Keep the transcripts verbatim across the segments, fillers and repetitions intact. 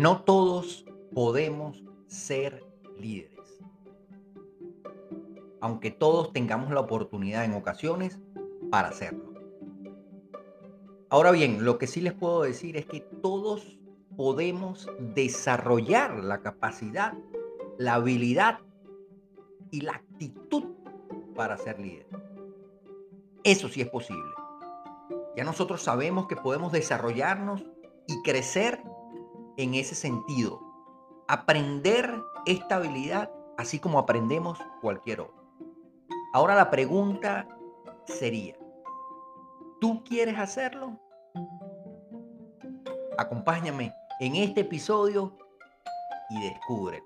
No todos podemos ser líderes, aunque todos tengamos la oportunidad en ocasiones para hacerlo. Ahora bien, lo que sí les puedo decir es que todos podemos desarrollar la capacidad, la habilidad y la actitud para ser líder. Eso sí es posible. Ya nosotros sabemos que podemos desarrollarnos y crecer en ese sentido. Aprender esta habilidad así como aprendemos cualquier otra. Ahora la pregunta sería, ¿tú quieres hacerlo? Acompáñame en este episodio y descúbrelo.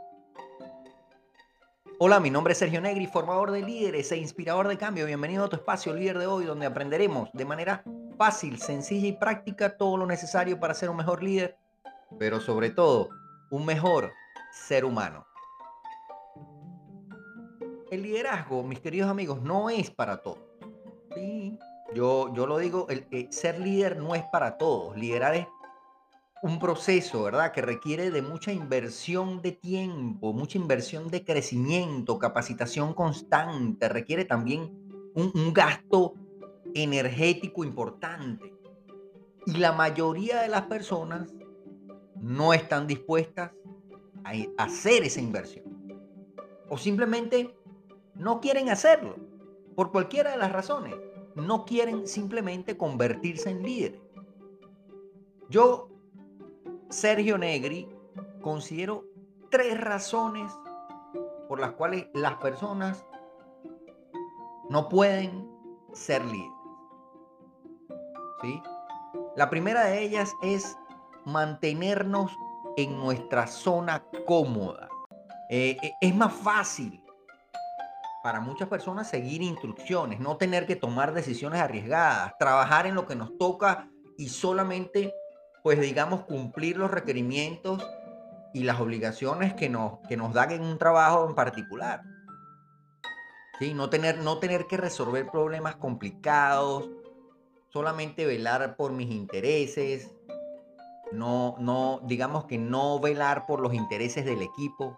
Hola, mi nombre es Sergio Negri, formador de líderes e inspirador de cambio. Bienvenido a tu espacio Líder de Hoy, donde aprenderemos de manera fácil, sencilla y práctica todo lo necesario para ser un mejor líder, pero sobre todo, un mejor ser humano. El liderazgo, mis queridos amigos, no es para todos. Sí, yo, yo lo digo, el, eh, ser líder no es para todos. Liderar es un proceso, ¿verdad? Que requiere de mucha inversión de tiempo, mucha inversión de crecimiento, capacitación constante, requiere también un, un gasto energético importante. Y la mayoría de las personas no están dispuestas a, a hacer esa inversión. O simplemente no quieren hacerlo, por cualquiera de las razones. No quieren simplemente convertirse en líderes. Yo, Sergio Negri, considero tres razones por las cuales las personas no pueden ser líderes, ¿sí? La primera de ellas es mantenernos en nuestra zona cómoda. Eh, e- es más fácil para muchas personas seguir instrucciones, no tener que tomar decisiones arriesgadas, trabajar en lo que nos toca y solamente, pues digamos, cumplir los requerimientos y las obligaciones que nos, que nos dan en un trabajo en particular. ¿Sí? No tener, no tener que resolver problemas complicados, solamente velar por mis intereses, no, no, digamos que no velar por los intereses del equipo.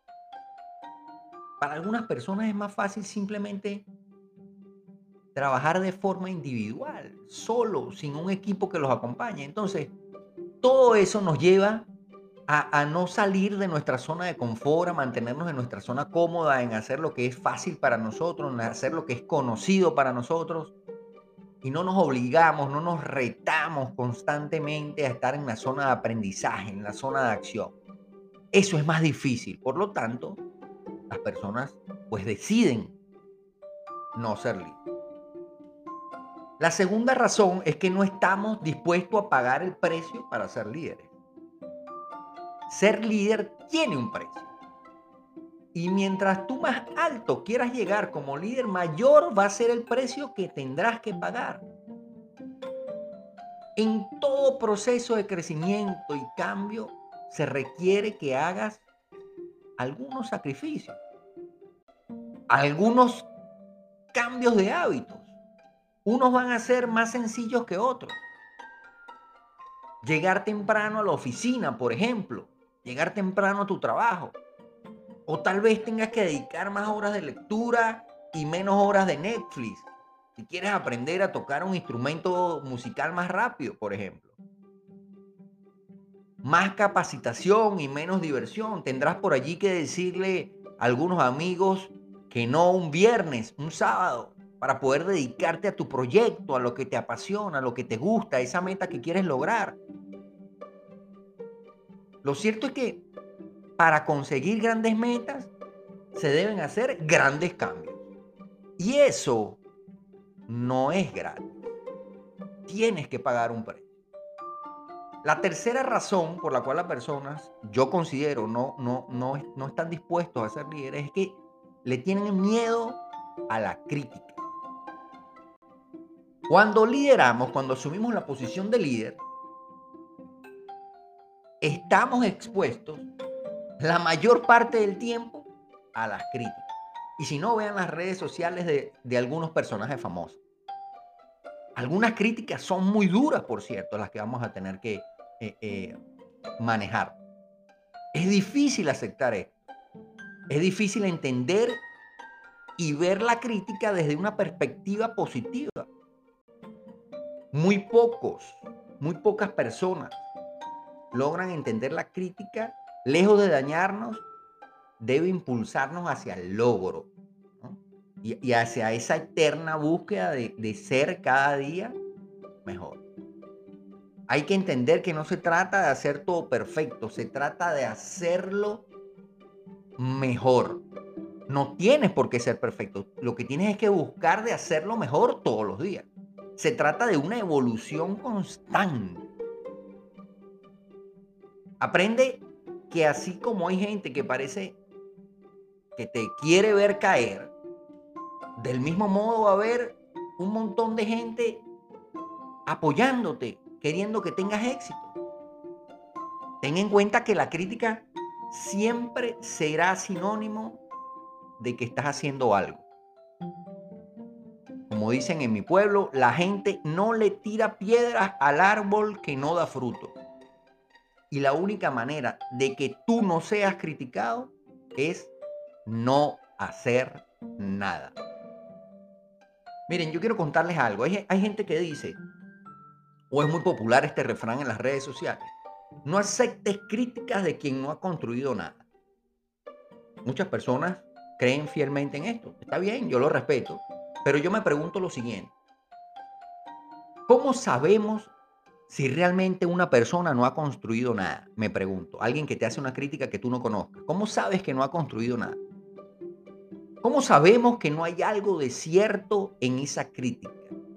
Para algunas personas es más fácil simplemente trabajar de forma individual, solo, sin un equipo que los acompañe. Entonces, todo eso nos lleva a, a no salir de nuestra zona de confort, a mantenernos en nuestra zona cómoda, en hacer lo que es fácil para nosotros, en hacer lo que es conocido para nosotros. Y no nos obligamos, no nos retamos constantemente a estar en la zona de aprendizaje, en la zona de acción. Eso es más difícil. Por lo tanto, las personas pues deciden no ser líderes. La segunda razón es que no estamos dispuestos a pagar el precio para ser líderes. Ser líder tiene un precio. Y mientras tú más alto quieras llegar como líder, mayor va a ser el precio que tendrás que pagar. En todo proceso de crecimiento y cambio se requiere que hagas algunos sacrificios, algunos cambios de hábitos. Unos van a ser más sencillos que otros. Llegar temprano a la oficina, por ejemplo. Llegar temprano a tu trabajo. O tal vez tengas que dedicar más horas de lectura y menos horas de Netflix. Si quieres aprender a tocar un instrumento musical más rápido, por ejemplo. Más capacitación y menos diversión. Tendrás por allí que decirle a algunos amigos que no un viernes, un sábado, para poder dedicarte a tu proyecto, a lo que te apasiona, a lo que te gusta, a esa meta que quieres lograr. Lo cierto es que para conseguir grandes metas se deben hacer grandes cambios. Y eso no es gratis. Tienes que pagar un precio. La tercera razón por la cual las personas, yo considero, no, no, no, no están dispuestos a ser líderes es que le tienen miedo a la crítica. Cuando lideramos, cuando asumimos la posición de líder, estamos expuestos la mayor parte del tiempo a las críticas. Y si no, vean las redes sociales de, de algunos personajes famosos. Algunas críticas son muy duras, por cierto, las que vamos a tener que eh, eh, manejar. Es difícil aceptar esto. Es difícil entender y ver la crítica desde una perspectiva positiva. Muy pocos, muy pocas personas logran entender la crítica, lejos de dañarnos, debe impulsarnos hacia el logro, ¿no? Y, y hacia esa eterna búsqueda de, de ser cada día mejor. Hay que entender que no se trata de hacer todo perfecto, se trata de hacerlo mejor. No tienes por qué ser perfecto. Lo que tienes es que buscar de hacerlo mejor todos los días. Se trata de una evolución constante. Aprende que así como hay gente que parece que te quiere ver caer, del mismo modo va a haber un montón de gente apoyándote, queriendo que tengas éxito. Ten en cuenta que la crítica siempre será sinónimo de que estás haciendo algo. Como dicen en mi pueblo, la gente no le tira piedras al árbol que no da fruto. Y la única manera de que tú no seas criticado es no hacer nada. Miren, yo quiero contarles algo. Hay, hay gente que dice, o es muy popular este refrán en las redes sociales, no aceptes críticas de quien no ha construido nada. Muchas personas creen fielmente en esto. Está bien, yo lo respeto. Pero yo me pregunto lo siguiente. ¿Cómo sabemos si realmente una persona no ha construido nada? Me pregunto. Alguien que te hace una crítica que tú no conozcas. ¿Cómo sabes que no ha construido nada? ¿Cómo sabemos que no hay algo de cierto en esa crítica?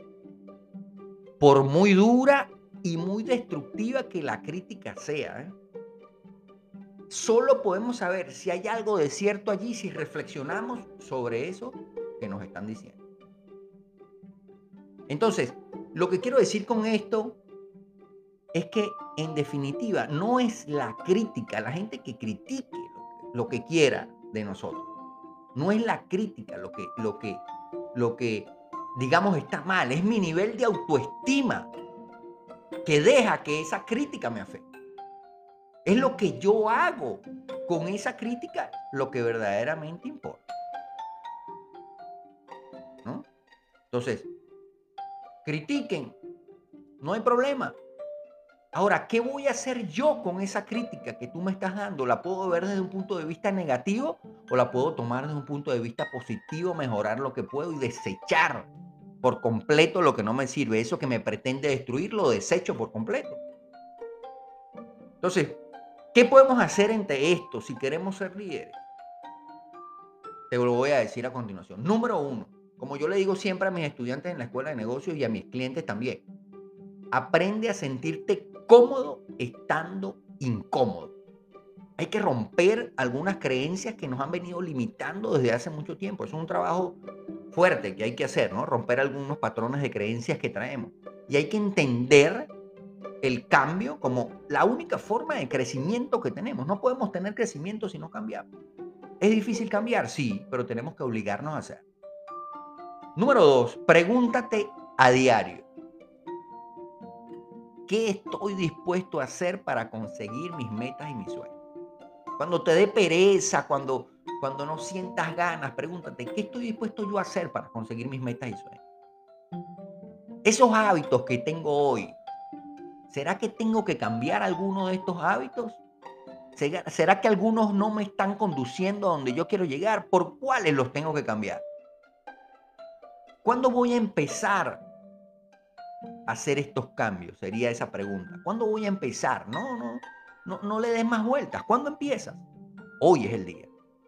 Por muy dura y muy destructiva que la crítica sea, ¿eh? Solo podemos saber si hay algo de cierto allí si reflexionamos sobre eso que nos están diciendo. Entonces, lo que quiero decir con esto es que, en definitiva, no es la crítica, la gente que critique lo que, lo que quiera de nosotros. No es la crítica lo que, lo que, lo que, digamos, está mal. Es mi nivel de autoestima que deja que esa crítica me afecte. Es lo que yo hago con esa crítica lo que verdaderamente importa, ¿no? Entonces, critiquen, no hay problema. Ahora, ¿qué voy a hacer yo con esa crítica que tú me estás dando? ¿La puedo ver desde un punto de vista negativo o la puedo tomar desde un punto de vista positivo, mejorar lo que puedo y desechar por completo lo que no me sirve? Eso que me pretende destruir, lo desecho por completo. Entonces, ¿qué podemos hacer ante esto si queremos ser líderes? Te lo voy a decir a continuación. Número uno, como yo le digo siempre a mis estudiantes en la escuela de negocios y a mis clientes también, aprende a sentirte cómodo estando incómodo. Hay que romper algunas creencias que nos han venido limitando desde hace mucho tiempo. Eso es un trabajo fuerte que hay que hacer, ¿no? Romper algunos patrones de creencias que traemos. Y hay que entender el cambio como la única forma de crecimiento que tenemos. No podemos tener crecimiento si no cambiamos. ¿Es difícil cambiar? Sí, pero tenemos que obligarnos a hacer. Número dos, pregúntate a diario. ¿Qué estoy dispuesto a hacer para conseguir mis metas y mis sueños? Cuando te dé pereza, cuando, cuando no sientas ganas, pregúntate, ¿qué estoy dispuesto yo a hacer para conseguir mis metas y sueños? Esos hábitos que tengo hoy, ¿será que tengo que cambiar alguno de estos hábitos? ¿Será será que algunos no me están conduciendo a donde yo quiero llegar? ¿Por cuáles los tengo que cambiar? ¿Cuándo voy a empezar a hacer estos cambios? Sería esa pregunta. ¿Cuándo voy a empezar? No, no, no, no le des más vueltas. ¿Cuándo empiezas? Hoy es el día.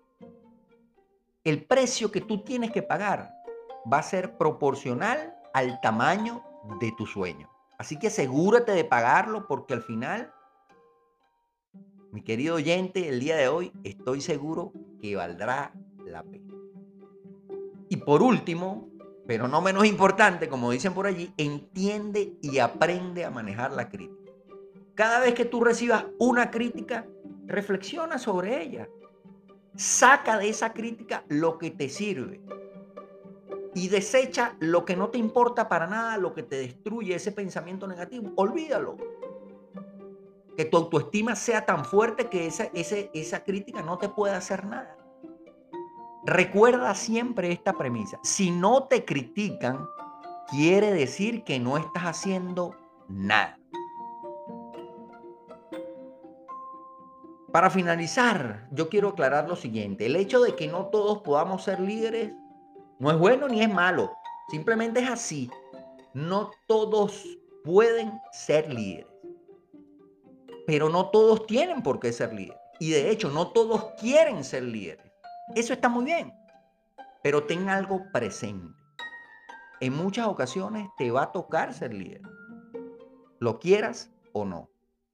El precio que tú tienes que pagar va a ser proporcional al tamaño de tu sueño. Así que asegúrate de pagarlo porque al final, mi querido oyente, el día de hoy estoy seguro que valdrá la pena. Y por último, pero no menos importante, como dicen por allí, entiende y aprende a manejar la crítica. Cada vez que tú recibas una crítica, reflexiona sobre ella. Saca de esa crítica lo que te sirve y desecha lo que no te importa para nada, lo que te destruye ese pensamiento negativo. Olvídalo. Que tu autoestima sea tan fuerte que esa, ese- esa crítica no te puede hacer nada. Recuerda siempre esta premisa. Si no te critican, quiere decir que no estás haciendo nada. Para finalizar, yo quiero aclarar lo siguiente. El hecho de que no todos podamos ser líderes no es bueno ni es malo. Simplemente es así. No todos pueden ser líderes, pero no todos tienen por qué ser líderes. Y de hecho, no todos quieren ser líderes. Eso está muy bien, pero ten algo presente. En muchas ocasiones te va a tocar ser líder, lo quieras o no.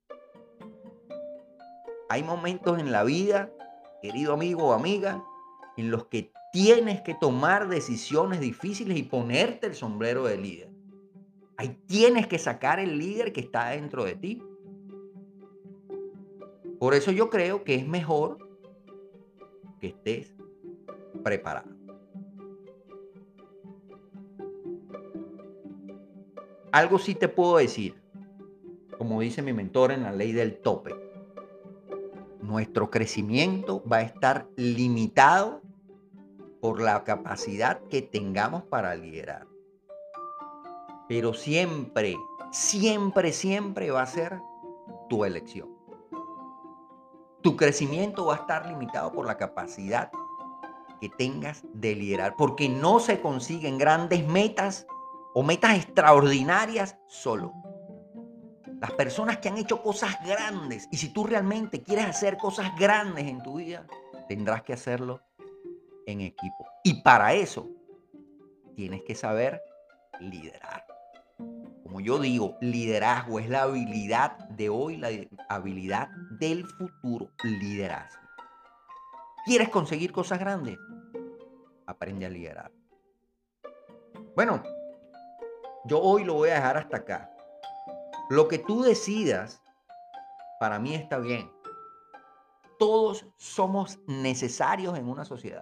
Hay momentos en la vida, querido amigo o amiga, en los que tienes que tomar decisiones difíciles y ponerte el sombrero de líder. Ahí tienes que sacar el líder que está dentro de ti. Por eso yo creo que es mejor que estés preparado. Algo sí te puedo decir, como dice mi mentor en la ley del tope. Nuestro crecimiento va a estar limitado por la capacidad que tengamos para liderar. Pero siempre, siempre, siempre va a ser tu elección. Tu crecimiento va a estar limitado por la capacidad que tengas de liderar, porque no se consiguen grandes metas o metas extraordinarias solo. Las personas que han hecho cosas grandes, y si tú realmente quieres hacer cosas grandes en tu vida, tendrás que hacerlo en equipo. Y para eso tienes que saber liderar. Como yo digo, liderazgo es la habilidad de hoy, la habilidad del futuro. Liderazgo. ¿Quieres conseguir cosas grandes? Aprende a liderar. Bueno, yo hoy lo voy a dejar hasta acá. Lo que tú decidas, para mí está bien. Todos somos necesarios en una sociedad.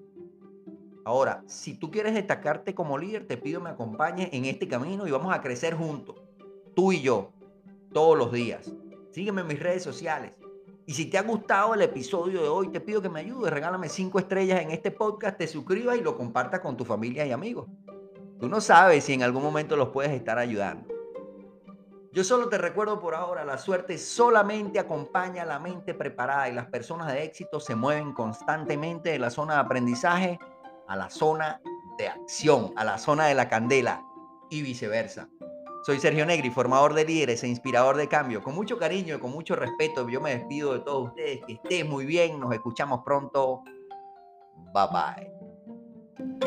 Ahora, si tú quieres destacarte como líder, te pido me acompañes en este camino y vamos a crecer juntos, tú y yo, todos los días. Sígueme en mis redes sociales. Y si te ha gustado el episodio de hoy, te pido que me ayudes, regálame cinco estrellas en este podcast, te suscribas y lo compartas con tu familia y amigos. Tú no sabes si en algún momento los puedes estar ayudando. Yo solo te recuerdo por ahora, la suerte solamente acompaña a la mente preparada y las personas de éxito se mueven constantemente de la zona de aprendizaje a la zona de acción, a la zona de la candela y viceversa. Soy Sergio Negri, formador de líderes e inspirador de cambio. Con mucho cariño y con mucho respeto, yo me despido de todos ustedes. Que estés muy bien, nos escuchamos pronto. Bye bye.